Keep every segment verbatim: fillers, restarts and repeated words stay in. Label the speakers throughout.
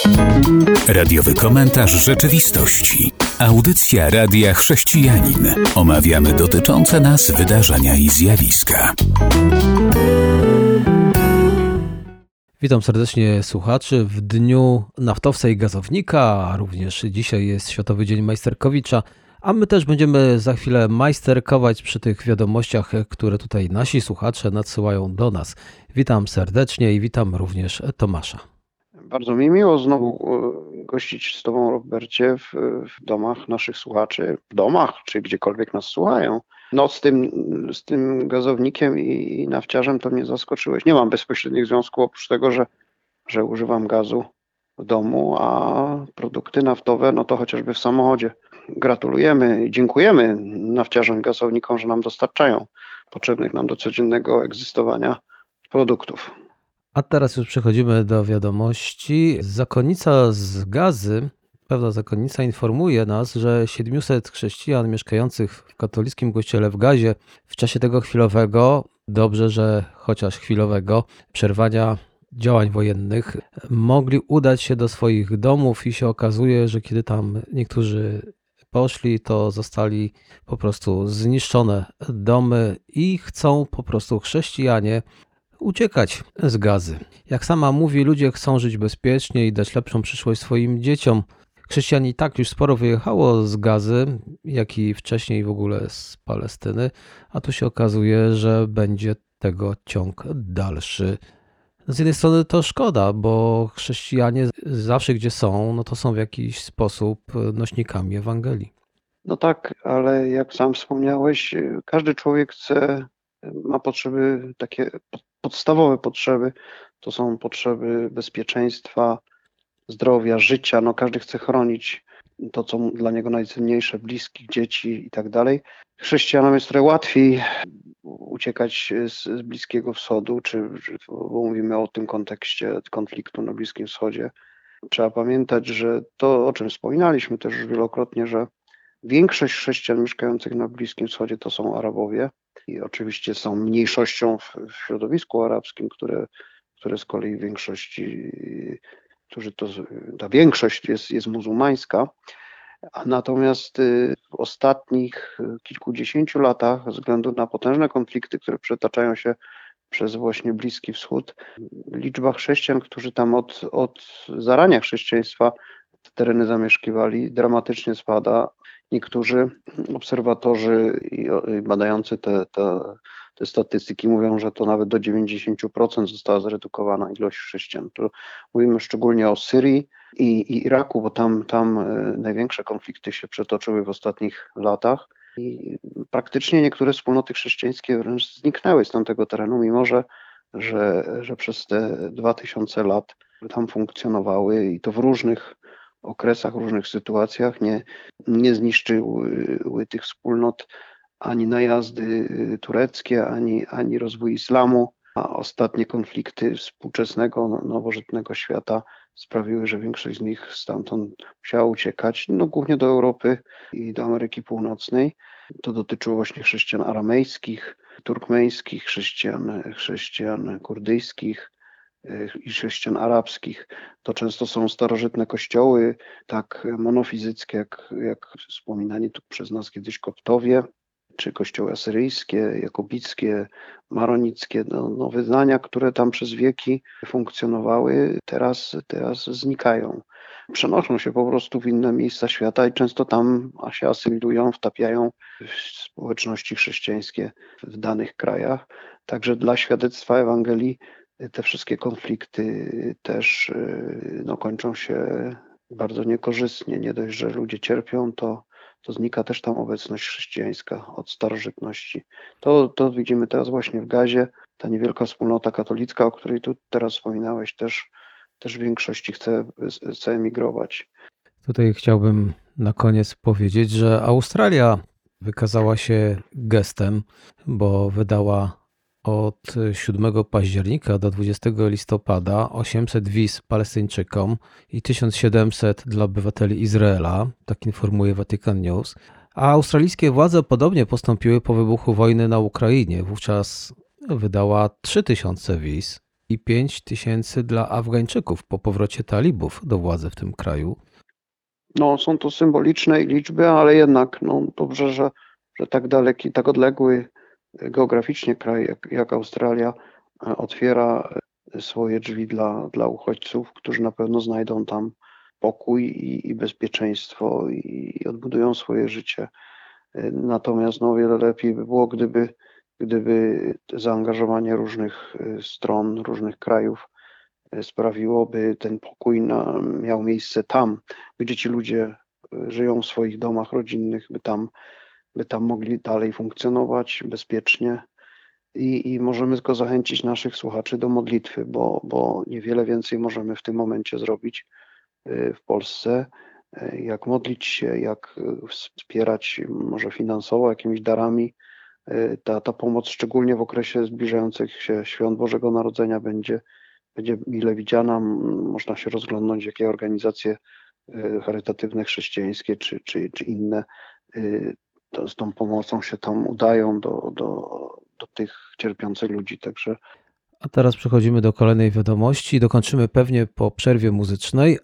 Speaker 1: Radiowy komentarz rzeczywistości. Audycja Radia Chrześcijanin. Omawiamy dotyczące nas wydarzenia i zjawiska.
Speaker 2: Witam serdecznie słuchaczy w dniu naftowca i gazownika, a również dzisiaj jest Światowy Dzień Majsterkowicza, a my też będziemy za chwilę majsterkować przy tych wiadomościach, które tutaj nasi słuchacze nadsyłają do nas. Witam serdecznie i witam również Tomasza.
Speaker 3: Bardzo mi miło znowu gościć z Tobą, Robercie, w, w domach naszych słuchaczy, w domach czy gdziekolwiek nas słuchają. No z tym, z tym gazownikiem i, i nafciarzem to mnie zaskoczyłeś. Nie mam bezpośrednich związków oprócz tego, że, że używam gazu w domu, a produkty naftowe, no to chociażby w samochodzie. Gratulujemy i dziękujemy nafciarzom, gazownikom, że nam dostarczają potrzebnych nam do codziennego egzystowania produktów.
Speaker 2: A teraz już przechodzimy do wiadomości. Zakonnica z Gazy, pewna zakonnica informuje nas, że siedmiuset chrześcijan mieszkających w katolickim kościele w Gazie w czasie tego chwilowego, dobrze, że chociaż chwilowego, przerwania działań wojennych, mogli udać się do swoich domów i się okazuje, że kiedy tam niektórzy poszli, to zostali po prostu zniszczone domy i chcą po prostu chrześcijanie uciekać z Gazy. Jak sama mówi, ludzie chcą żyć bezpiecznie i dać lepszą przyszłość swoim dzieciom. Chrześcijan i tak już sporo wyjechało z Gazy, jak i wcześniej w ogóle z Palestyny, a tu się okazuje, że będzie tego ciąg dalszy. Z jednej strony to szkoda, bo chrześcijanie zawsze gdzie są, no to są w jakiś sposób nośnikami Ewangelii.
Speaker 3: No tak, ale jak sam wspomniałeś, każdy człowiek chce, ma potrzeby, takie podstawowe potrzeby, to są potrzeby bezpieczeństwa, zdrowia, życia, no każdy chce chronić to, co dla niego najcenniejsze, bliskich, dzieci i tak dalej. Chrześcijanom jest trochę łatwiej uciekać z, z Bliskiego Wschodu, czy, bo mówimy o tym kontekście konfliktu na Bliskim Wschodzie. Trzeba pamiętać, że to, o czym wspominaliśmy też już wielokrotnie, że większość chrześcijan mieszkających na Bliskim Wschodzie to są Arabowie i oczywiście są mniejszością w, w środowisku arabskim, które, które z kolei w większości, którzy to, ta większość jest, jest muzułmańska. A natomiast w ostatnich kilkudziesięciu latach, ze względu na potężne konflikty, które przetaczają się przez właśnie Bliski Wschód, liczba chrześcijan, którzy tam od, od zarania chrześcijaństwa te tereny zamieszkiwali, dramatycznie spada. Niektórzy obserwatorzy i badający te, te, te statystyki mówią, że to nawet do dziewięćdziesiąt procent została zredukowana ilość chrześcijan. Tu mówimy szczególnie o Syrii i, i Iraku, bo tam, tam największe konflikty się przetoczyły w ostatnich latach i praktycznie niektóre wspólnoty chrześcijańskie wręcz zniknęły z tamtego terenu, mimo że, że, że przez te dwa tysiące lat tam funkcjonowały i to w różnych okresach, różnych sytuacjach. Nie, nie zniszczyły tych wspólnot ani najazdy tureckie, ani, ani rozwój islamu, a ostatnie konflikty współczesnego, nowożytnego świata sprawiły, że większość z nich stamtąd musiała uciekać, no głównie do Europy i do Ameryki Północnej. To dotyczyło właśnie chrześcijan aramejskich, turkmeńskich, chrześcijan, chrześcijan kurdyjskich i chrześcijan arabskich. To często są starożytne kościoły, tak monofizyckie, jak, jak wspominani tu przez nas kiedyś Koptowie, czy kościoły asyryjskie, jakobickie, maronickie, no, no wyznania, które tam przez wieki funkcjonowały, teraz, teraz znikają. Przenoszą się po prostu w inne miejsca świata i często tam się asymilują, wtapiają w społeczności chrześcijańskie w danych krajach. Także dla świadectwa Ewangelii te wszystkie konflikty też no, kończą się bardzo niekorzystnie. Nie dość, że ludzie cierpią, to, to znika też tam obecność chrześcijańska od starożytności. To, to widzimy teraz właśnie w Gazie. Ta niewielka wspólnota katolicka, o której tu teraz wspominałeś, też, też w większości chce, chce emigrować.
Speaker 2: Tutaj chciałbym na koniec powiedzieć, że Australia wykazała się gestem, bo wydała od siódmego października do dwudziestego listopada osiemset wiz Palestyńczykom i tysiąc siedemset dla obywateli Izraela, tak informuje Vatican News. A australijskie władze podobnie postąpiły po wybuchu wojny na Ukrainie. Wówczas wydała trzy tysiące wiz i pięć tysięcy dla Afgańczyków po powrocie talibów do władzy w tym kraju.
Speaker 3: No, są to symboliczne liczby, ale jednak no, dobrze, że, że tak daleki, tak odległy geograficznie kraj jak, jak Australia otwiera swoje drzwi dla, dla uchodźców, którzy na pewno znajdą tam pokój i, i bezpieczeństwo i, i odbudują swoje życie. Natomiast no, o wiele lepiej by było, gdyby, gdyby zaangażowanie różnych stron, różnych krajów sprawiłoby ten pokój na, miał miejsce tam, gdzie ci ludzie żyją w swoich domach rodzinnych, by tam, by tam mogli dalej funkcjonować bezpiecznie. I, I możemy tylko zachęcić naszych słuchaczy do modlitwy, bo, bo niewiele więcej możemy w tym momencie zrobić w Polsce, jak modlić się, jak wspierać może finansowo jakimiś darami. Ta, ta pomoc, szczególnie w okresie zbliżających się świąt Bożego Narodzenia, będzie, będzie mile widziana. Można się rozglądnąć, jakie organizacje charytatywne, chrześcijańskie czy, czy, czy inne to, z tą pomocą się tam udają do, do, do tych cierpiących ludzi. Także.
Speaker 2: A teraz przechodzimy do kolejnej wiadomości. Dokończymy pewnie po przerwie muzycznej,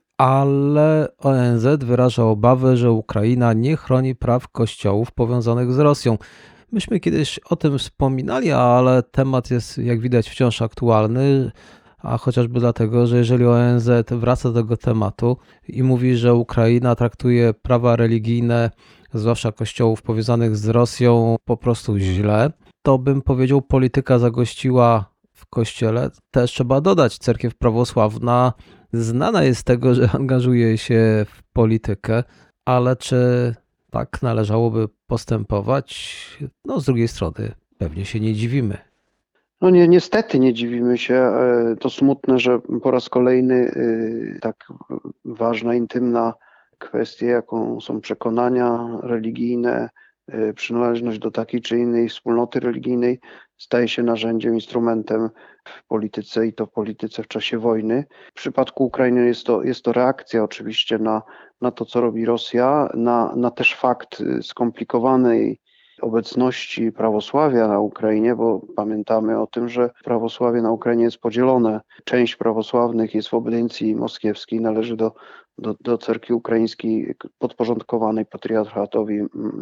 Speaker 2: ale O N Z wyraża obawę, że Ukraina nie chroni praw kościołów powiązanych z Rosją. Myśmy kiedyś o tym wspominali, ale temat jest, jak widać, wciąż aktualny, a chociażby dlatego, że jeżeli O N Z wraca do tego tematu i mówi, że Ukraina traktuje prawa religijne, zwłaszcza kościołów powiązanych z Rosją, po prostu źle, to bym powiedział, polityka zagościła w kościele. Też trzeba dodać, cerkiew prawosławna znana jest z tego, że angażuje się w politykę, ale czy tak należałoby postępować? No z drugiej strony pewnie się nie dziwimy.
Speaker 3: No nie, niestety nie dziwimy się. To smutne, że po raz kolejny tak ważna, intymna kwestia, jaką są przekonania religijne, przynależność do takiej czy innej wspólnoty religijnej, staje się narzędziem, instrumentem w polityce i to w polityce w czasie wojny. W przypadku Ukrainy jest to, jest to reakcja oczywiście na, na to, co robi Rosja, na, na też fakt skomplikowanej obecności prawosławia na Ukrainie, bo pamiętamy o tym, że prawosławie na Ukrainie jest podzielone. Część prawosławnych jest w obediencji moskiewskiej, należy do, do, do cerkwi ukraińskiej podporządkowanej patriarchatowi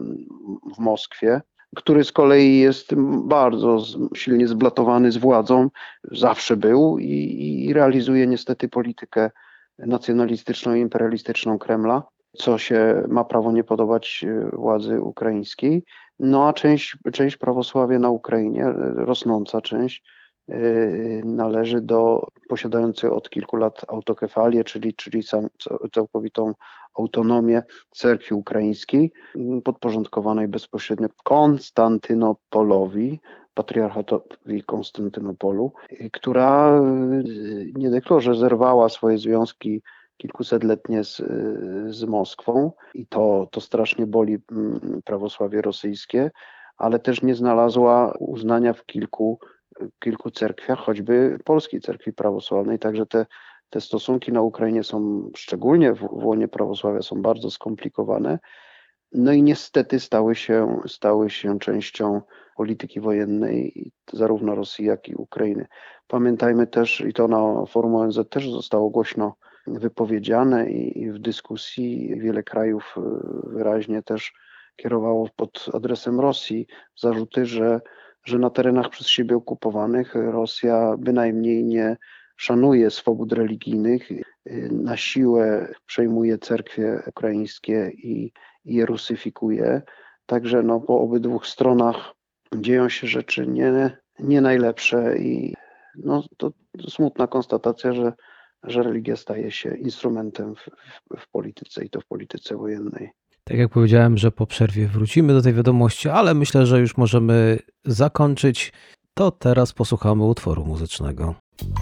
Speaker 3: w Moskwie, który z kolei jest bardzo silnie zblatowany z władzą, zawsze był i, i realizuje niestety politykę nacjonalistyczną i imperialistyczną Kremla, co się ma prawo nie podobać władzy ukraińskiej. No a część, część prawosławia na Ukrainie, rosnąca część, należy do posiadającej od kilku lat autokefalię, czyli, czyli sam, całkowitą autonomię cerkwi ukraińskiej, podporządkowanej bezpośrednio Konstantynopolowi, patriarchatowi Konstantynopolu, która niedeklo, że zerwała swoje związki kilkusetletnie z, z Moskwą i to, to strasznie boli prawosławie rosyjskie, ale też nie znalazła uznania w kilku, kilku cerkwiach, choćby polskiej cerkwi prawosławnej, także te, te stosunki na Ukrainie są, szczególnie w, w łonie prawosławia, są bardzo skomplikowane, no i niestety stały się, stały się częścią polityki wojennej zarówno Rosji, jak i Ukrainy. Pamiętajmy też, i to na forum O N Z też zostało głośno wypowiedziane i w dyskusji wiele krajów wyraźnie też kierowało pod adresem Rosji zarzuty, że, że na terenach przez siebie okupowanych Rosja bynajmniej nie szanuje swobód religijnych, na siłę przejmuje cerkwie ukraińskie i, i je rusyfikuje. Także no, po obydwu stronach dzieją się rzeczy nie, nie najlepsze i no, to smutna konstatacja, że że religia staje się instrumentem w, w, w polityce i to w polityce wojennej.
Speaker 2: Tak jak powiedziałem, że po przerwie wrócimy do tej wiadomości, ale myślę, że już możemy zakończyć. To teraz posłuchamy utworu muzycznego.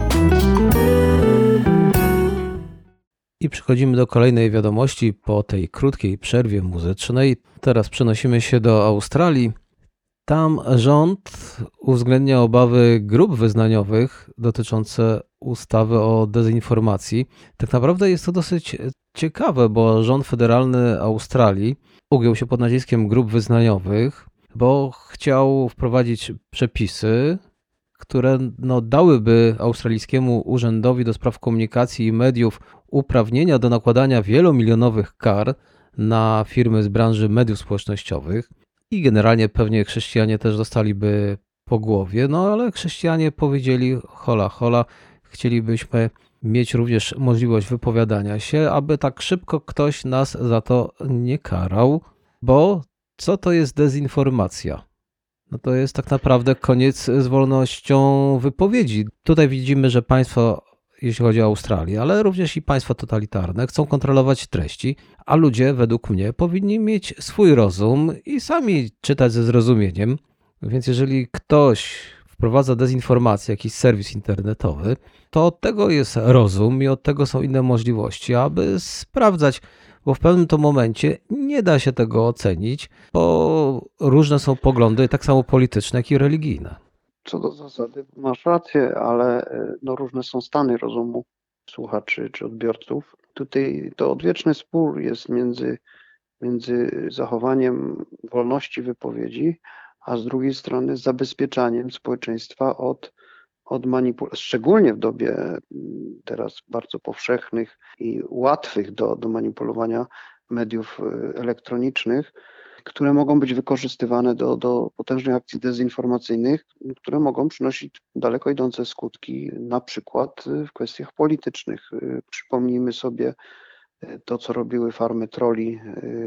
Speaker 2: I przechodzimy do kolejnej wiadomości po tej krótkiej przerwie muzycznej. Teraz przenosimy się do Australii. Tam rząd uwzględnia obawy grup wyznaniowych dotyczące ustawy o dezinformacji. Tak naprawdę jest to dosyć ciekawe, bo rząd federalny Australii ugiął się pod naciskiem grup wyznaniowych, bo chciał wprowadzić przepisy, które no, dałyby australijskiemu urzędowi do spraw komunikacji i mediów uprawnienia do nakładania wielomilionowych kar na firmy z branży mediów społecznościowych i generalnie pewnie chrześcijanie też dostaliby po głowie, no ale chrześcijanie powiedzieli hola hola, chcielibyśmy mieć również możliwość wypowiadania się, aby tak szybko ktoś nas za to nie karał, bo co to jest dezinformacja? No to jest tak naprawdę koniec z wolnością wypowiedzi. Tutaj widzimy, że państwo, jeśli chodzi o Australię, ale również i państwa totalitarne, chcą kontrolować treści, a ludzie według mnie powinni mieć swój rozum i sami czytać ze zrozumieniem. Więc jeżeli ktoś wprowadza dezinformację, jakiś serwis internetowy, to od tego jest rozum i od tego są inne możliwości, aby sprawdzać, bo w pewnym to momencie nie da się tego ocenić, bo różne są poglądy, tak samo polityczne, jak i religijne.
Speaker 3: Co do zasady masz rację, ale e, no, różne są stany rozumu słuchaczy czy odbiorców. Tutaj to odwieczny spór jest między, między zachowaniem wolności wypowiedzi, a z drugiej strony zabezpieczaniem społeczeństwa od, od manipulacji, szczególnie w dobie mm, teraz bardzo powszechnych i łatwych do, do manipulowania mediów e, elektronicznych, które mogą być wykorzystywane do, do potężnych akcji dezinformacyjnych, które mogą przynosić daleko idące skutki, na przykład w kwestiach politycznych. Przypomnijmy sobie to, co robiły farmy trolli,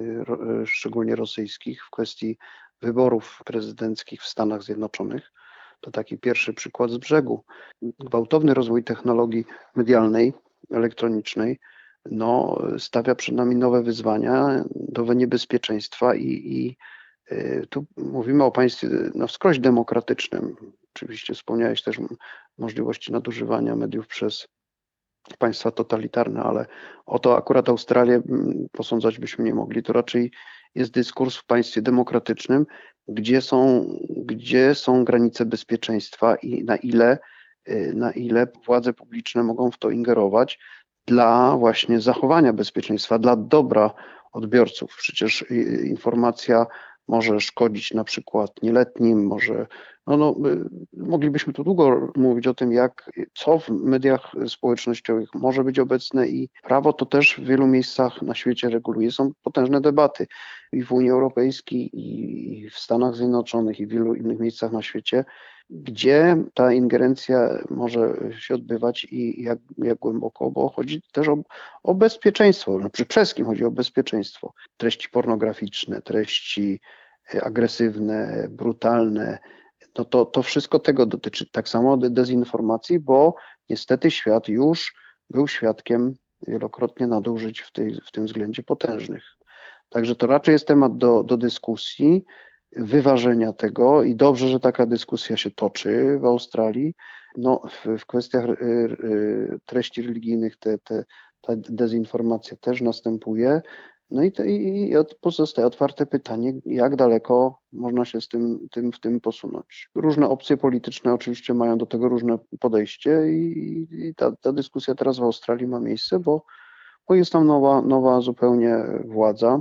Speaker 3: ro- szczególnie rosyjskich, w kwestii wyborów prezydenckich w Stanach Zjednoczonych. To taki pierwszy przykład z brzegu. Gwałtowny rozwój technologii medialnej, elektronicznej, no, stawia przed nami nowe wyzwania, nowe niebezpieczeństwa i, i y, tu mówimy o państwie na wskroś demokratycznym. Oczywiście wspomniałeś też m- możliwości nadużywania mediów przez państwa totalitarne, ale o to akurat Australię mm, posądzać byśmy nie mogli. To raczej jest dyskurs w państwie demokratycznym, gdzie są, gdzie są granice bezpieczeństwa i na ile, y, na ile władze publiczne mogą w to ingerować dla właśnie zachowania bezpieczeństwa, dla dobra odbiorców. Przecież y, informacja może szkodzić na przykład nieletnim, może, no, no, y, moglibyśmy tu długo mówić o tym, jak, co w mediach społecznościowych może być obecne i prawo to też w wielu miejscach na świecie reguluje. Są potężne debaty i w Unii Europejskiej, i w Stanach Zjednoczonych, i w wielu innych miejscach na świecie, gdzie ta ingerencja może się odbywać i jak, jak głęboko, bo chodzi też o, o bezpieczeństwo. No, przede wszystkim chodzi o bezpieczeństwo. Treści pornograficzne, treści e, agresywne, brutalne, no to, to wszystko tego dotyczy. Tak samo de- dezinformacji, bo niestety świat już był świadkiem wielokrotnie nadużyć w, tej, w tym względzie potężnych. Także to raczej jest temat do, do dyskusji, wyważenia tego i dobrze, że taka dyskusja się toczy w Australii. No, w, w kwestiach y, y, treści religijnych te, te, ta dezinformacja też następuje. No i, te, i i od- pozostaje otwarte pytanie, jak daleko można się z tym, tym, w tym posunąć. Różne opcje polityczne oczywiście mają do tego różne podejście i, i ta, ta dyskusja teraz w Australii ma miejsce, bo, bo jest tam nowa, nowa zupełnie władza,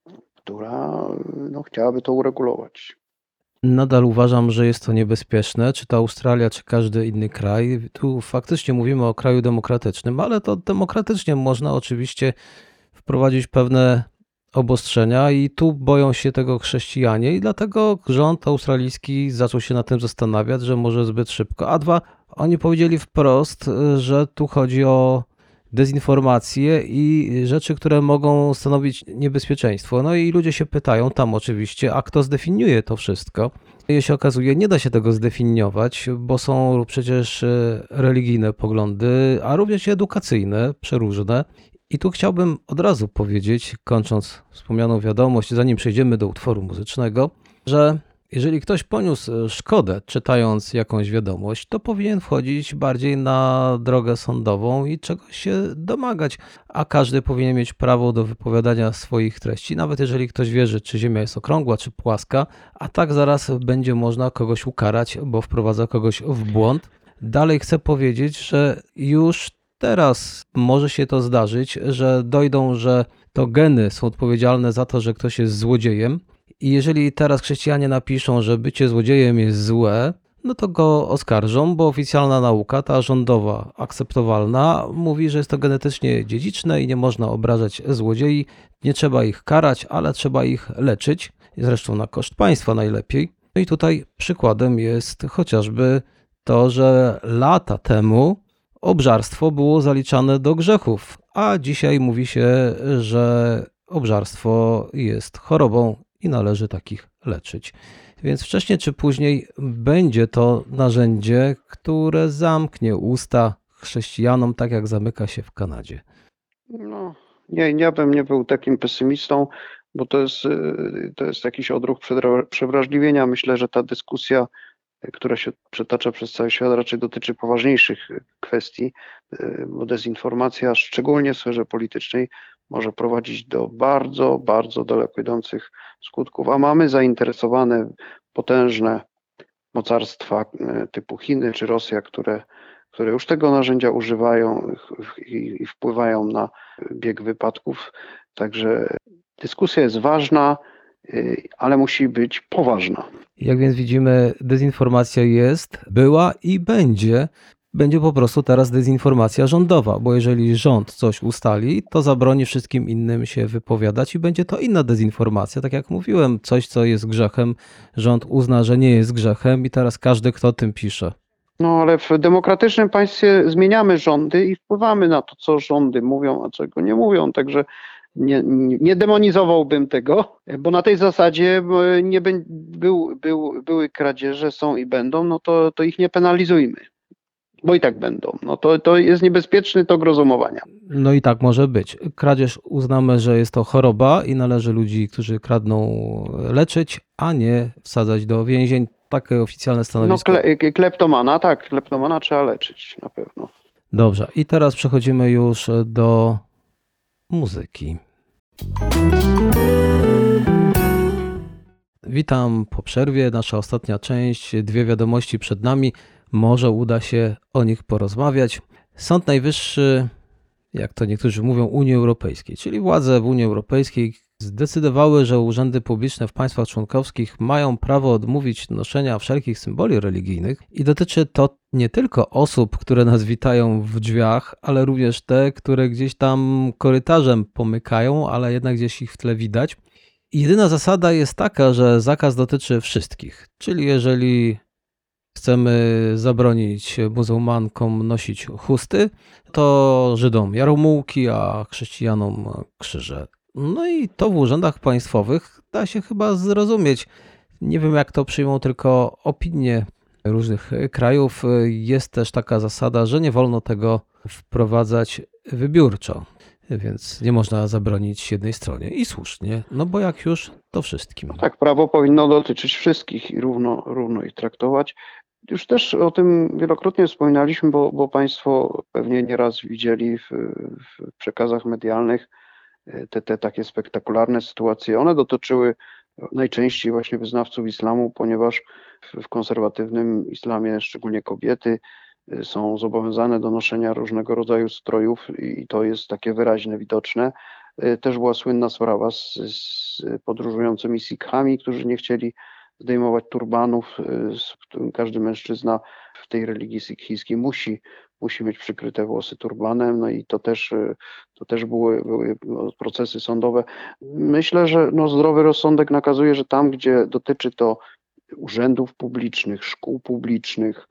Speaker 3: która no, chciałaby to uregulować.
Speaker 2: Nadal uważam, że jest to niebezpieczne, czy to Australia, czy każdy inny kraj. Tu faktycznie mówimy o kraju demokratycznym, ale to demokratycznie można oczywiście wprowadzić pewne obostrzenia i tu boją się tego chrześcijanie i dlatego rząd australijski zaczął się nad tym zastanawiać, że może zbyt szybko. A dwa, oni powiedzieli wprost, że tu chodzi o dezinformacje i rzeczy, które mogą stanowić niebezpieczeństwo. No i ludzie się pytają tam oczywiście, a kto zdefiniuje to wszystko? I się okazuje, nie da się tego zdefiniować, bo są przecież e, religijne poglądy, a również i edukacyjne, przeróżne. I tu chciałbym od razu powiedzieć, kończąc wspomnianą wiadomość, zanim przejdziemy do utworu muzycznego, że jeżeli ktoś poniósł e, szkodę czytając jakąś wiadomość, to powinien wchodzić bardziej na drogę sądową i czegoś się domagać, a każdy powinien mieć prawo do wypowiadania swoich treści, nawet jeżeli ktoś wierzy, czy Ziemia jest okrągła, czy płaska, a tak zaraz będzie można kogoś ukarać, bo wprowadza kogoś w błąd. Dalej chcę powiedzieć, że już teraz może się to zdarzyć, że dojdą, że to geny są odpowiedzialne za to, że ktoś jest złodziejem. I jeżeli teraz chrześcijanie napiszą, że bycie złodziejem jest złe, no to go oskarżą, bo oficjalna nauka, ta rządowa, akceptowalna, mówi, że jest to genetycznie dziedziczne i nie można obrażać złodziei, nie trzeba ich karać, ale trzeba ich leczyć, zresztą na koszt państwa najlepiej. No i tutaj przykładem jest chociażby to, że lata temu obżarstwo było zaliczane do grzechów, a dzisiaj mówi się, że obżarstwo jest chorobą i należy takich leczyć. Więc wcześniej czy później będzie to narzędzie, które zamknie usta chrześcijanom, tak jak zamyka się w Kanadzie.
Speaker 3: No, nie, ja bym nie był takim pesymistą, bo to jest, y, to jest jakiś odruch przedra- przewrażliwienia. Myślę, że ta dyskusja, y, która się przetacza przez cały świat, raczej dotyczy poważniejszych y, kwestii, y, bo dezinformacja, szczególnie w sferze politycznej, może prowadzić do bardzo, bardzo daleko idących skutków, a mamy zainteresowane potężne mocarstwa y, typu Chiny czy Rosja, które, które już tego narzędzia używają i, i wpływają na bieg wypadków. Także dyskusja jest ważna, y, ale musi być poważna.
Speaker 2: Jak więc widzimy, dezinformacja jest, była i będzie. Będzie po prostu teraz dezinformacja rządowa, bo jeżeli rząd coś ustali, to zabroni wszystkim innym się wypowiadać i będzie to inna dezinformacja. Tak jak mówiłem, coś, co jest grzechem, rząd uzna, że nie jest grzechem i teraz każdy, kto o tym pisze.
Speaker 3: No ale w demokratycznym państwie zmieniamy rządy i wpływamy na to, co rządy mówią, a czego nie mówią. Także nie, nie, nie demonizowałbym tego, bo na tej zasadzie e, nie bę- był, był, były kradzieże, są i będą, no to, to ich nie penalizujmy, bo i tak będą. No to, to jest niebezpieczny tok rozumowania.
Speaker 2: No i tak może być. Kradzież uznamy, że jest to choroba i należy ludzi, którzy kradną, leczyć, a nie wsadzać do więzień. Takie oficjalne
Speaker 3: No
Speaker 2: stanowisko.
Speaker 3: kle, kleptomana, tak, kleptomana trzeba leczyć na pewno.
Speaker 2: Dobrze, i teraz przechodzimy już do muzyki. Witam po przerwie, nasza ostatnia część, dwie wiadomości przed nami, może uda się o nich porozmawiać. Sąd Najwyższy, jak to niektórzy mówią, Unii Europejskiej, czyli władze w Unii Europejskiej zdecydowały, że urzędy publiczne w państwach członkowskich mają prawo odmówić noszenia wszelkich symboli religijnych i dotyczy to nie tylko osób, które nas witają w drzwiach, ale również te, które gdzieś tam korytarzem pomykają, ale jednak gdzieś ich w tle widać. Jedyna zasada jest taka, że zakaz dotyczy wszystkich, czyli jeżeli chcemy zabronić muzułmankom nosić chusty, to Żydom jarmułki, a chrześcijanom krzyże. No i to w urzędach państwowych da się chyba zrozumieć. Nie wiem, jak to przyjmą tylko opinie różnych krajów. Jest też taka zasada, że nie wolno tego wprowadzać wybiórczo, więc nie można zabronić jednej stronie. I słusznie, no bo jak już, to wszystkim.
Speaker 3: Tak, prawo powinno dotyczyć wszystkich i równo, równo ich traktować. Już też o tym wielokrotnie wspominaliśmy, bo, bo Państwo pewnie nieraz widzieli w, w przekazach medialnych te, te takie spektakularne sytuacje. One dotyczyły najczęściej właśnie wyznawców islamu, ponieważ w, w konserwatywnym islamie, szczególnie kobiety, są zobowiązane do noszenia różnego rodzaju strojów i to jest takie wyraźne, widoczne. Też była słynna sprawa z, z podróżującymi Sikhami, którzy nie chcieli zdejmować turbanów. Każdy mężczyzna w tej religii sikhijskiej musi, musi mieć przykryte włosy turbanem, no i to też, to też były, były procesy sądowe. Myślę, że no zdrowy rozsądek nakazuje, że tam, gdzie dotyczy to urzędów publicznych, szkół publicznych,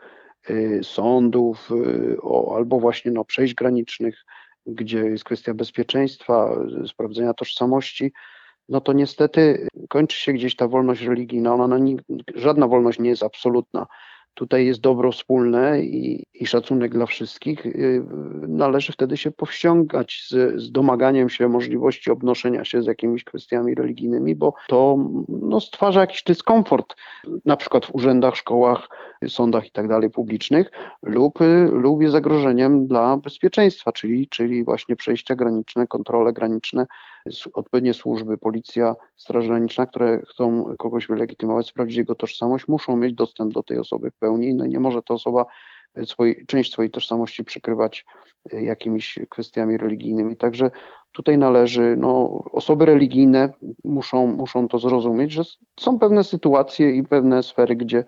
Speaker 3: sądów o, albo właśnie no, przejść granicznych, gdzie jest kwestia bezpieczeństwa, sprawdzenia tożsamości, no to niestety kończy się gdzieś ta wolność religijna. Ona, no, nie, żadna wolność nie jest absolutna. Tutaj jest dobro wspólne i, i szacunek dla wszystkich. Należy wtedy się powściągać z, z domaganiem się możliwości obnoszenia się z jakimiś kwestiami religijnymi, bo to no, stwarza jakiś dyskomfort, na przykład w urzędach, szkołach, sądach i tak dalej publicznych, lub, lub jest zagrożeniem dla bezpieczeństwa, czyli, czyli właśnie przejścia graniczne, kontrole graniczne, odpowiednie służby, policja, Straż Graniczna, które chcą kogoś wylegitymować, sprawdzić jego tożsamość, muszą mieć dostęp do tej osoby w pełni. No nie może ta osoba swojej, część swojej tożsamości przykrywać jakimiś kwestiami religijnymi. Także tutaj należy, no, osoby religijne muszą, muszą to zrozumieć, że są pewne sytuacje i pewne sfery, gdzie,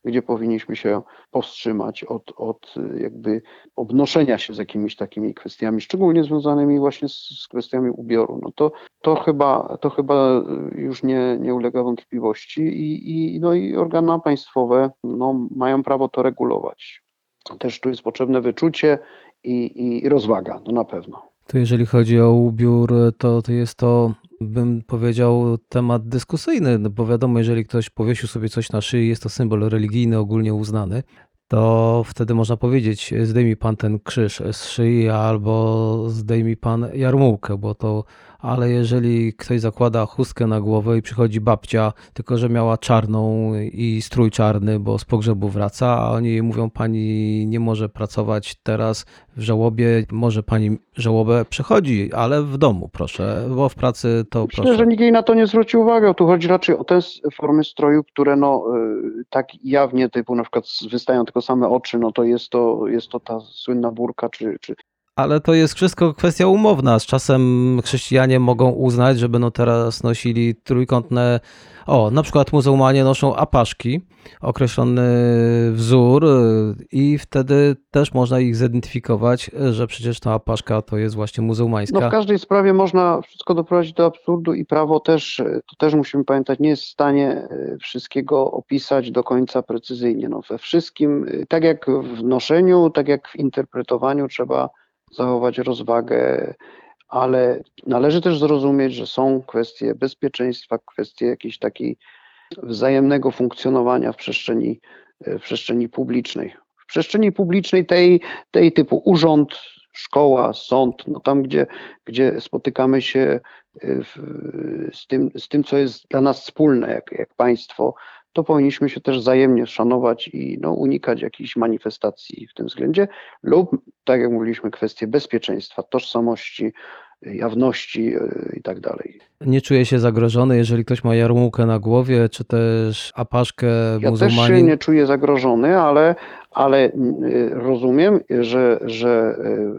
Speaker 3: gdzie powinniśmy się powstrzymać od, od jakby obnoszenia się z jakimiś takimi kwestiami, szczególnie związanymi właśnie z, z kwestiami ubioru. No to, to chyba, to chyba już nie, nie ulega wątpliwości i, i, no i organa państwowe no, mają prawo to regulować. Też tu jest potrzebne wyczucie i, i rozwaga, no na pewno.
Speaker 2: To jeżeli chodzi o ubiór, to, to jest to, bym powiedział, temat dyskusyjny, no bo wiadomo, jeżeli ktoś powiesił sobie coś na szyi, jest to symbol religijny, ogólnie uznany, to wtedy można powiedzieć, zdejmij pan ten krzyż z szyi albo zdejmij pan jarmułkę, bo to, ale jeżeli ktoś zakłada chustkę na głowę i przychodzi babcia, tylko że miała czarną i strój czarny, bo z pogrzebu wraca, a oni jej mówią, pani nie może pracować teraz w żałobie, może pani żałobę przechodzi, ale w domu proszę, bo w pracy to
Speaker 3: Myślę,
Speaker 2: proszę.
Speaker 3: że nikt jej na to nie zwróci uwagi. Tu chodzi raczej o te formy stroju, które no tak jawnie, typu na przykład wystają tylko same oczy, no to jest to, jest to ta słynna burka, czy, czy
Speaker 2: Ale to jest wszystko kwestia umowna. Z czasem chrześcijanie mogą uznać, że będą teraz nosili trójkątne. O, na przykład muzułmanie noszą apaszki, określony wzór, i wtedy też można ich zidentyfikować, że przecież ta apaszka to jest właśnie muzułmańska.
Speaker 3: No w każdej sprawie można wszystko doprowadzić do absurdu i prawo też, to też musimy pamiętać, nie jest w stanie wszystkiego opisać do końca precyzyjnie. No we wszystkim, tak jak w noszeniu, tak jak w interpretowaniu trzeba zachować rozwagę, ale należy też zrozumieć, że są kwestie bezpieczeństwa, kwestie jakiejś takiej wzajemnego funkcjonowania w przestrzeni, w przestrzeni publicznej. W przestrzeni publicznej tej, tej typu urząd, szkoła, sąd, no tam gdzie, gdzie spotykamy się w, z, tym, z tym, co jest dla nas wspólne, jak, jak państwo, to powinniśmy się też wzajemnie szanować i no, unikać jakichś manifestacji w tym względzie lub, tak jak mówiliśmy, kwestie bezpieczeństwa, tożsamości, jawności i tak dalej.
Speaker 2: Nie czuję się zagrożony, jeżeli ktoś ma jarmułkę na głowie, czy też apaszkę
Speaker 3: Ja
Speaker 2: muzułmanin.
Speaker 3: też się nie czuję zagrożony, ale, ale rozumiem, że, że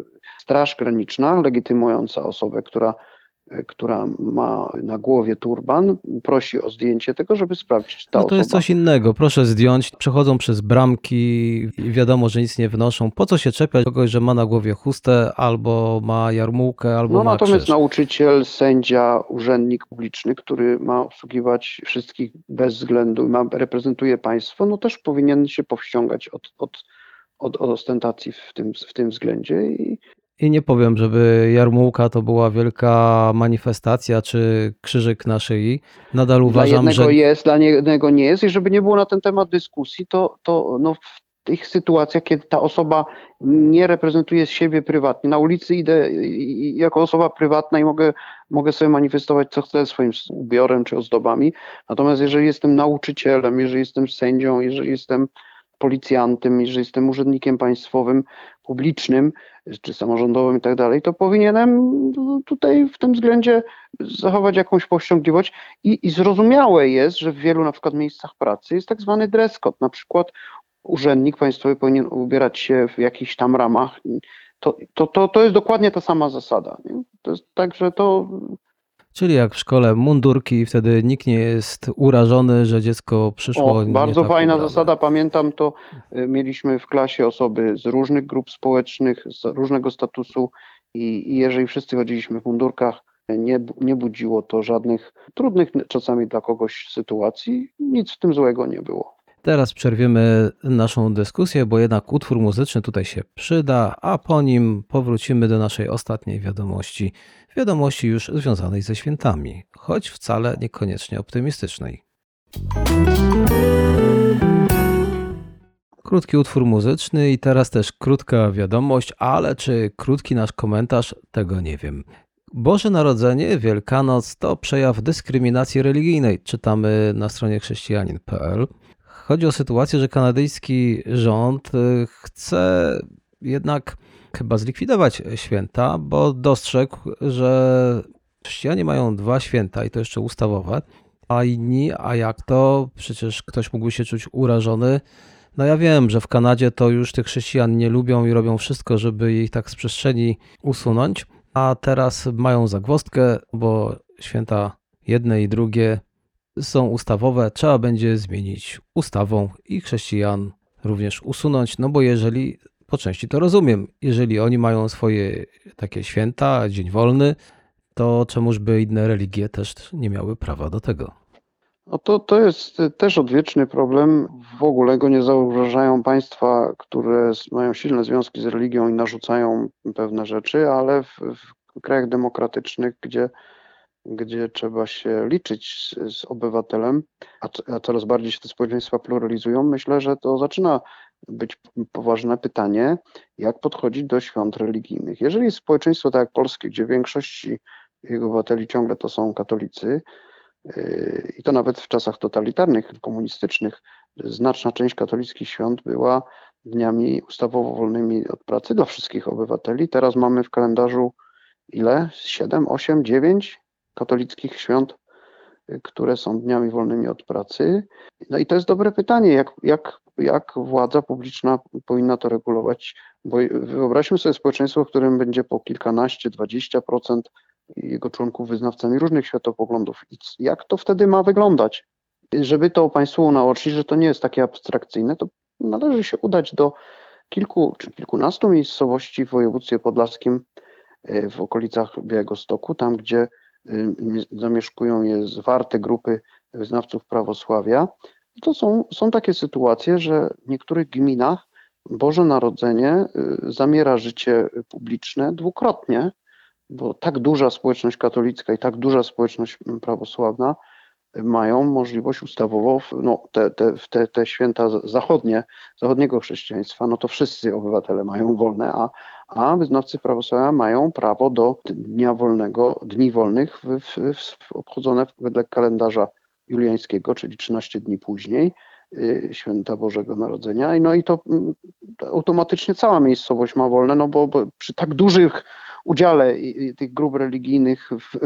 Speaker 3: Straż Graniczna legitymująca osobę, która która ma na głowie turban, prosi o zdjęcie tego, żeby sprawdzić, czy ta
Speaker 2: No to
Speaker 3: osoba...
Speaker 2: jest coś innego. Proszę zdjąć. Przechodzą przez bramki i wiadomo, że nic nie wnoszą. Po co się czepiać kogoś, że ma na głowie chustę, albo ma jarmułkę, albo
Speaker 3: No
Speaker 2: ma
Speaker 3: natomiast
Speaker 2: krzyż?
Speaker 3: nauczyciel, sędzia, urzędnik publiczny, który ma obsługiwać wszystkich bez względu, ma, reprezentuje państwo, no też powinien się powściągać od, od, od, od ostentacji w tym, w tym względzie i
Speaker 2: I nie powiem, żeby jarmułka to była wielka manifestacja, czy krzyżyk na szyi. Nadal
Speaker 3: dla
Speaker 2: uważam,
Speaker 3: jednego
Speaker 2: że
Speaker 3: jest, dla jednego nie jest i żeby nie było na ten temat dyskusji, to, to no w tych sytuacjach, kiedy ta osoba nie reprezentuje siebie prywatnie, na ulicy idę jako osoba prywatna i mogę, mogę sobie manifestować co chcę swoim ubiorem czy ozdobami, natomiast jeżeli jestem nauczycielem, jeżeli jestem sędzią, jeżeli jestem policjantem, jeżeli jestem urzędnikiem państwowym, publicznym czy samorządowym i tak dalej, to powinienem tutaj w tym względzie zachować jakąś powściągliwość i, i zrozumiałe jest, że w wielu na przykład miejscach pracy jest tak zwany dress code, na przykład urzędnik państwowy powinien ubierać się w jakichś tam ramach. To, to, to, to jest dokładnie ta sama zasada. Nie? To jest tak, że to...
Speaker 2: Czyli jak w szkole mundurki, wtedy nikt nie jest urażony, że dziecko przyszło
Speaker 3: O,
Speaker 2: nie
Speaker 3: bardzo
Speaker 2: tak
Speaker 3: fajna
Speaker 2: ubrane.
Speaker 3: zasada, pamiętam to, mieliśmy w klasie osoby z różnych grup społecznych, z różnego statusu i, i jeżeli wszyscy chodziliśmy w mundurkach, nie, nie budziło to żadnych trudnych czasami dla kogoś sytuacji, nic w tym złego nie było.
Speaker 2: Teraz przerwiemy naszą dyskusję, bo jednak utwór muzyczny tutaj się przyda, a po nim powrócimy do naszej ostatniej wiadomości. Wiadomości już związanej ze świętami, choć wcale niekoniecznie optymistycznej. Krótki utwór muzyczny i teraz też krótka wiadomość, ale czy krótki nasz komentarz, tego nie wiem. Boże Narodzenie, Wielkanoc to przejaw dyskryminacji religijnej, czytamy na stronie chrześcijanin kropka p l. Chodzi o sytuację, że kanadyjski rząd chce jednak chyba zlikwidować święta, bo dostrzegł, że chrześcijanie mają dwa święta i to jeszcze ustawowe, a inni, a jak to? Przecież ktoś mógłby się czuć urażony. No ja wiem, że w Kanadzie to już tych chrześcijan nie lubią i robią wszystko, żeby ich tak z przestrzeni usunąć, a teraz mają zagwozdkę, bo święta jedne i drugie są ustawowe, trzeba będzie zmienić ustawą i chrześcijan również usunąć, no bo jeżeli, po części to rozumiem, jeżeli oni mają swoje takie święta, dzień wolny, to czemuż by inne religie też nie miały prawa do tego?
Speaker 3: No to, to jest też odwieczny problem. W ogóle go nie zauważają państwa, które mają silne związki z religią i narzucają pewne rzeczy, ale w, w krajach demokratycznych, gdzie, gdzie trzeba się liczyć z, z obywatelem, a, a coraz bardziej się te społeczeństwa pluralizują, myślę, że to zaczyna być poważne pytanie, jak podchodzić do świąt religijnych. Jeżeli jest społeczeństwo tak jak polskie, gdzie w większości jego obywateli ciągle to są katolicy, i to nawet w czasach totalitarnych, komunistycznych, znaczna część katolickich świąt była dniami ustawowo wolnymi od pracy dla wszystkich obywateli. Teraz mamy w kalendarzu ile? siedem, osiem, dziewięć katolickich świąt, które są dniami wolnymi od pracy. No i to jest dobre pytanie, jak, jak, jak władza publiczna powinna to regulować, bo wyobraźmy sobie społeczeństwo, w którym będzie po kilkanaście, dwadzieścia procent jego członków wyznawcami różnych światopoglądów. I jak to wtedy ma wyglądać? Żeby to państwu unaocznić, że to nie jest takie abstrakcyjne, to należy się udać do kilku czy kilkunastu miejscowości w województwie podlaskim w okolicach Białegostoku, tam gdzie zamieszkują je zwarte grupy wyznawców prawosławia. To są, są takie sytuacje, że w niektórych gminach Boże Narodzenie zamiera życie publiczne dwukrotnie, bo tak duża społeczność katolicka i tak duża społeczność prawosławna mają możliwość ustawowo, no te, te, te, te święta zachodnie, zachodniego chrześcijaństwa, no to wszyscy obywatele mają wolne, a, a wyznawcy prawosławia mają prawo do dnia wolnego, dni wolnych w, w, w, obchodzone wedle kalendarza juliańskiego, czyli trzynaście dni później, święta Bożego Narodzenia. No i to, to automatycznie cała miejscowość ma wolne, no bo, bo przy tak dużych udziale tych grup religijnych w,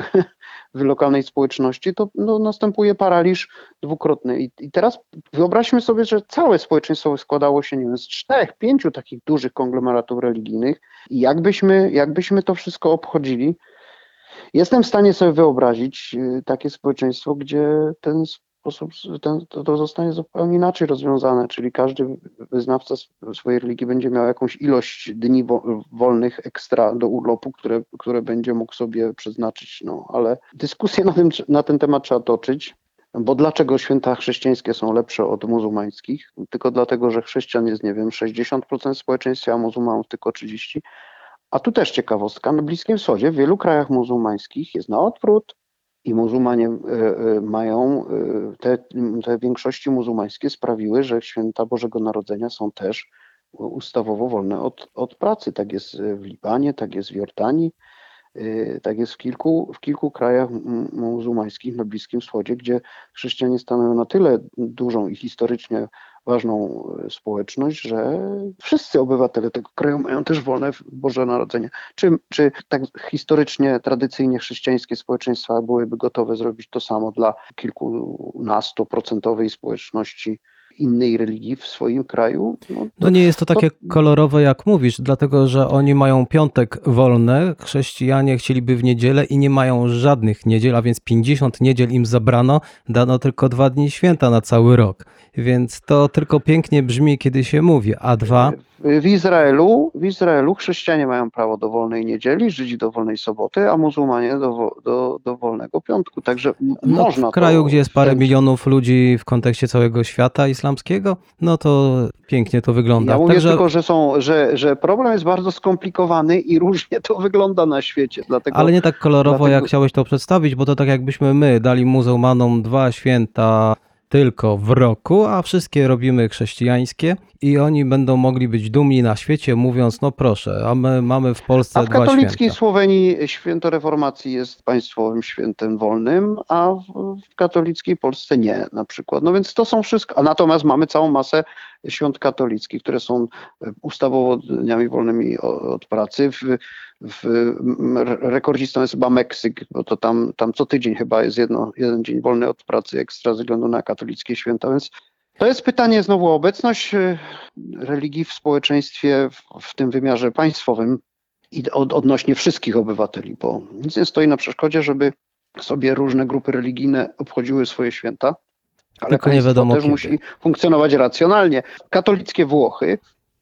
Speaker 3: w lokalnej społeczności, to no, następuje paraliż dwukrotny. I, I teraz wyobraźmy sobie, że całe społeczeństwo składało się, nie wiem, z czterech, pięciu takich dużych konglomeratów religijnych i jakbyśmy, jakbyśmy to wszystko obchodzili. Jestem w stanie sobie wyobrazić takie społeczeństwo, gdzie ten sposób, ten, to, to zostanie zupełnie inaczej rozwiązane, czyli każdy wyznawca swojej religii będzie miał jakąś ilość dni wolnych ekstra do urlopu, które, które będzie mógł sobie przeznaczyć. No, ale dyskusję na, tym, na ten temat trzeba toczyć, bo dlaczego święta chrześcijańskie są lepsze od muzułmańskich? Tylko dlatego, że chrześcijan jest, nie wiem, sześćdziesiąt procent społeczeństwa, a muzułmanów tylko trzydzieści procent. A tu też ciekawostka, na Bliskim Wschodzie w wielu krajach muzułmańskich jest na odwrót. I muzułmanie mają, te, te większości muzułmańskie sprawiły, że święta Bożego Narodzenia są też ustawowo wolne od, od pracy. Tak jest w Libanie, tak jest w Jordanii, tak jest w kilku, w kilku krajach muzułmańskich na Bliskim Wschodzie, gdzie chrześcijanie stanowią na tyle dużą i historycznie ważną społeczność, że wszyscy obywatele tego kraju mają też wolne Boże Narodzenie. Czy, czy tak historycznie, tradycyjnie chrześcijańskie społeczeństwa byłyby gotowe zrobić to samo dla kilkunastoprocentowej społeczności innej religii w swoim kraju? No, to,
Speaker 2: no nie jest to takie
Speaker 3: to...
Speaker 2: kolorowe, jak mówisz, dlatego że oni mają piątek wolne, chrześcijanie chcieliby w niedzielę i nie mają żadnych niedziel, a więc pięćdziesiąt niedziel im zabrano, dano tylko dwa dni święta na cały rok. Więc to tylko pięknie brzmi, kiedy się mówi, a dwa...
Speaker 3: W Izraelu, w Izraelu chrześcijanie mają prawo do wolnej niedzieli, Żydzi do wolnej soboty, a muzułmanie do, do, do wolnego piątku. Także
Speaker 2: no,
Speaker 3: można
Speaker 2: w kraju,
Speaker 3: to
Speaker 2: gdzie jest parę
Speaker 3: ten...
Speaker 2: milionów ludzi w kontekście całego świata islamskiego, no to pięknie to wygląda.
Speaker 3: Ja mówię
Speaker 2: Także...
Speaker 3: tylko, że, są, że, że problem jest bardzo skomplikowany i różnie to wygląda na świecie. Dlatego,
Speaker 2: Ale nie tak kolorowo,
Speaker 3: dlatego...
Speaker 2: jak chciałeś to przedstawić, bo to tak jakbyśmy my dali muzułmanom dwa święta tylko w roku, a wszystkie robimy chrześcijańskie i oni będą mogli być dumni na świecie, mówiąc, no proszę, a my mamy w Polsce
Speaker 3: a w
Speaker 2: dwa
Speaker 3: katolickiej
Speaker 2: święta.
Speaker 3: Słowenii święto reformacji jest państwowym świętem wolnym, a w, w katolickiej Polsce nie na przykład. No więc to są wszystko, a natomiast mamy całą masę świąt katolickich, które są ustawowo dniami wolnymi od pracy. W, w, rekordzistą jest chyba Meksyk, bo to tam, tam co tydzień chyba jest jedno, jeden dzień wolny od pracy ekstra ze względu na katolickie święta, więc to jest pytanie znowu o obecność religii w społeczeństwie w, w tym wymiarze państwowym i od, odnośnie wszystkich obywateli, bo nic nie stoi na przeszkodzie, żeby sobie różne grupy religijne obchodziły swoje święta, ale
Speaker 2: Tylko nie
Speaker 3: państwo
Speaker 2: wiadomo
Speaker 3: też
Speaker 2: kiedy.
Speaker 3: musi funkcjonować racjonalnie. Katolickie Włochy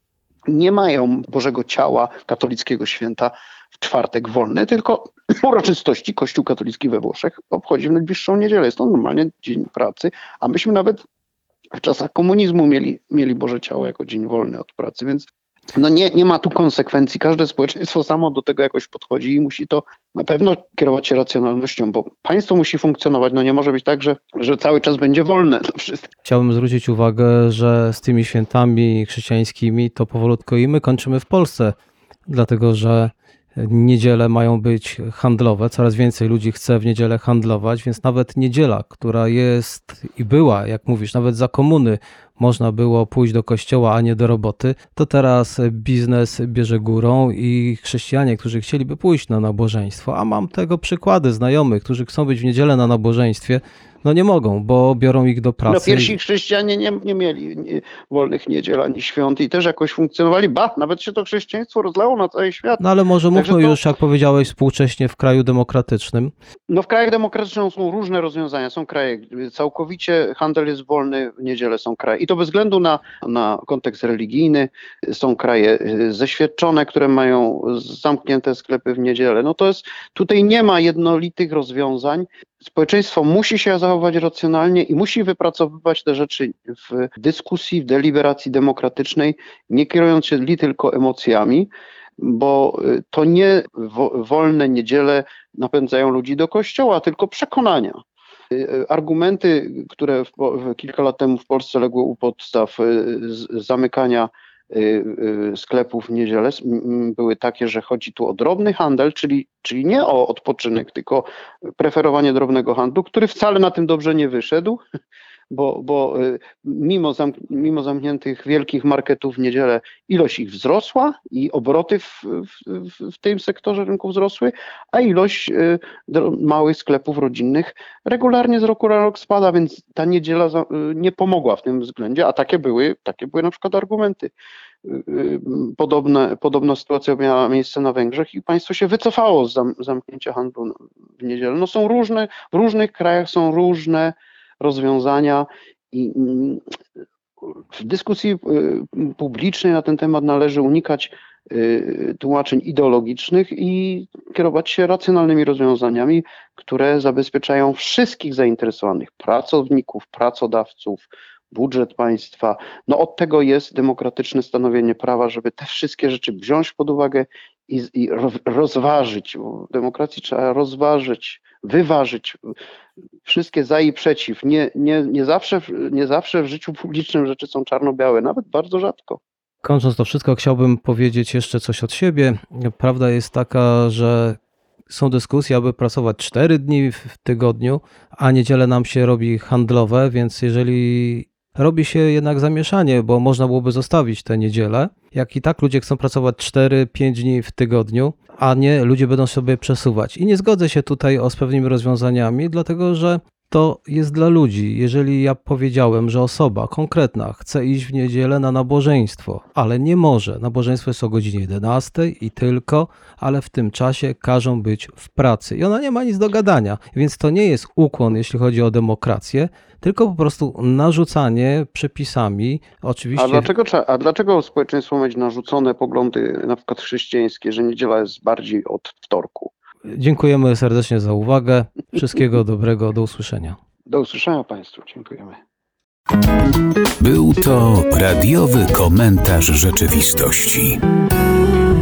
Speaker 3: nie mają Bożego Ciała, katolickiego święta w czwartek wolny, tylko uroczystości Kościół katolicki we Włoszech obchodzi w najbliższą niedzielę. Jest to normalnie dzień pracy, a myśmy nawet w czasach komunizmu mieli, mieli Boże Ciało jako dzień wolny od pracy, więc no nie, nie ma tu konsekwencji. Każde społeczeństwo samo do tego jakoś podchodzi i musi to na pewno kierować się racjonalnością, bo państwo musi funkcjonować. No nie może być tak, że, że cały czas będzie wolne to wszystko.
Speaker 2: Chciałbym zwrócić uwagę, że z tymi świętami chrześcijańskimi to powolutku i my kończymy w Polsce, dlatego że niedziele mają być handlowe. Coraz więcej ludzi chce w niedzielę handlować, więc nawet niedziela, która jest i była, jak mówisz, nawet za komuny można było pójść do kościoła, a nie do roboty, to teraz biznes bierze górą i chrześcijanie, którzy chcieliby pójść na nabożeństwo, a mam tego przykłady znajomych, którzy chcą być w niedzielę na nabożeństwie, no nie mogą, bo biorą ich do pracy.
Speaker 3: No pierwsi chrześcijanie nie, nie mieli nie, wolnych niedziel ani świąt i też jakoś funkcjonowali. Ba, nawet się to chrześcijaństwo rozlało na cały świat.
Speaker 2: No ale może
Speaker 3: Także
Speaker 2: mówmy
Speaker 3: to-
Speaker 2: już, jak powiedziałeś, współcześnie w kraju demokratycznym.
Speaker 3: No w krajach demokratycznych są różne rozwiązania. Są kraje, gdzie całkowicie handel jest wolny, w niedzielę są kraje. I to bez względu na, na kontekst religijny. Są kraje y, zeświadczone, które mają zamknięte sklepy w niedzielę. No to jest, tutaj nie ma jednolitych rozwiązań. Społeczeństwo musi się zachować racjonalnie i musi wypracowywać te rzeczy w dyskusji, w deliberacji demokratycznej, nie kierując się li tylko emocjami, bo y, to nie wo, wolne niedziele napędzają ludzi do kościoła, tylko przekonania. Y, y, Argumenty, które w, w kilka lat temu w Polsce legły u podstaw y, z, zamykania y, y, sklepów w niedzielę, s- m, były takie, że chodzi tu o drobny handel, czyli, czyli nie o odpoczynek, tylko preferowanie drobnego handlu, który wcale na tym dobrze nie wyszedł, bo, bo y, mimo, zamk- mimo zamkniętych wielkich marketów w niedzielę ilość ich wzrosła i obroty w, w, w- w tym sektorze rynku wzrosły, a ilość y, dro- małych sklepów rodzinnych regularnie z roku na rok spada, więc ta niedziela za- y, nie pomogła w tym względzie, a takie były, takie były na przykład argumenty. Y, y, Podobne, podobna sytuacja miała miejsce na Węgrzech i państwo się wycofało z zam, zamknięcia handlu w niedzielę. No są różne, w różnych krajach są różne rozwiązania i mm, w dyskusji y, publicznej na ten temat należy unikać y, tłumaczeń ideologicznych i kierować się racjonalnymi rozwiązaniami, które zabezpieczają wszystkich zainteresowanych, pracowników, pracodawców, budżet państwa. No od tego jest demokratyczne stanowienie prawa, żeby te wszystkie rzeczy wziąć pod uwagę i, i ro- rozważyć. Bo w demokracji trzeba rozważyć, wyważyć wszystkie za i przeciw. Nie, nie, nie, zawsze, nie zawsze w życiu publicznym rzeczy są czarno-białe, nawet bardzo rzadko.
Speaker 2: Kończąc to wszystko, chciałbym powiedzieć jeszcze coś od siebie. Prawda jest taka, że są dyskusje, aby pracować cztery dni w tygodniu, a niedzielę nam się robi handlowe, więc jeżeli robi się jednak zamieszanie, bo można byłoby zostawić tę niedzielę, jak i tak ludzie chcą pracować cztery pięć dni w tygodniu, a nie ludzie będą sobie przesuwać. I nie zgodzę się tutaj o z pewnymi rozwiązaniami, dlatego że to jest dla ludzi. Jeżeli ja powiedziałem, że osoba konkretna chce iść w niedzielę na nabożeństwo, ale nie może, nabożeństwo jest o godzinie jedenastej i tylko, ale w tym czasie każą być w pracy i ona nie ma nic do gadania, więc to nie jest ukłon, jeśli chodzi o demokrację, tylko po prostu narzucanie przepisami, oczywiście...
Speaker 3: A dlaczego, trzeba- a dlaczego społeczeństwo ma mieć narzucone poglądy na przykład chrześcijańskie, że niedziela jest bardziej od wtorku?
Speaker 2: Dziękujemy serdecznie za uwagę. Wszystkiego dobrego, do usłyszenia.
Speaker 3: Do usłyszenia Państwu. Dziękujemy.
Speaker 1: Był to radiowy komentarz rzeczywistości.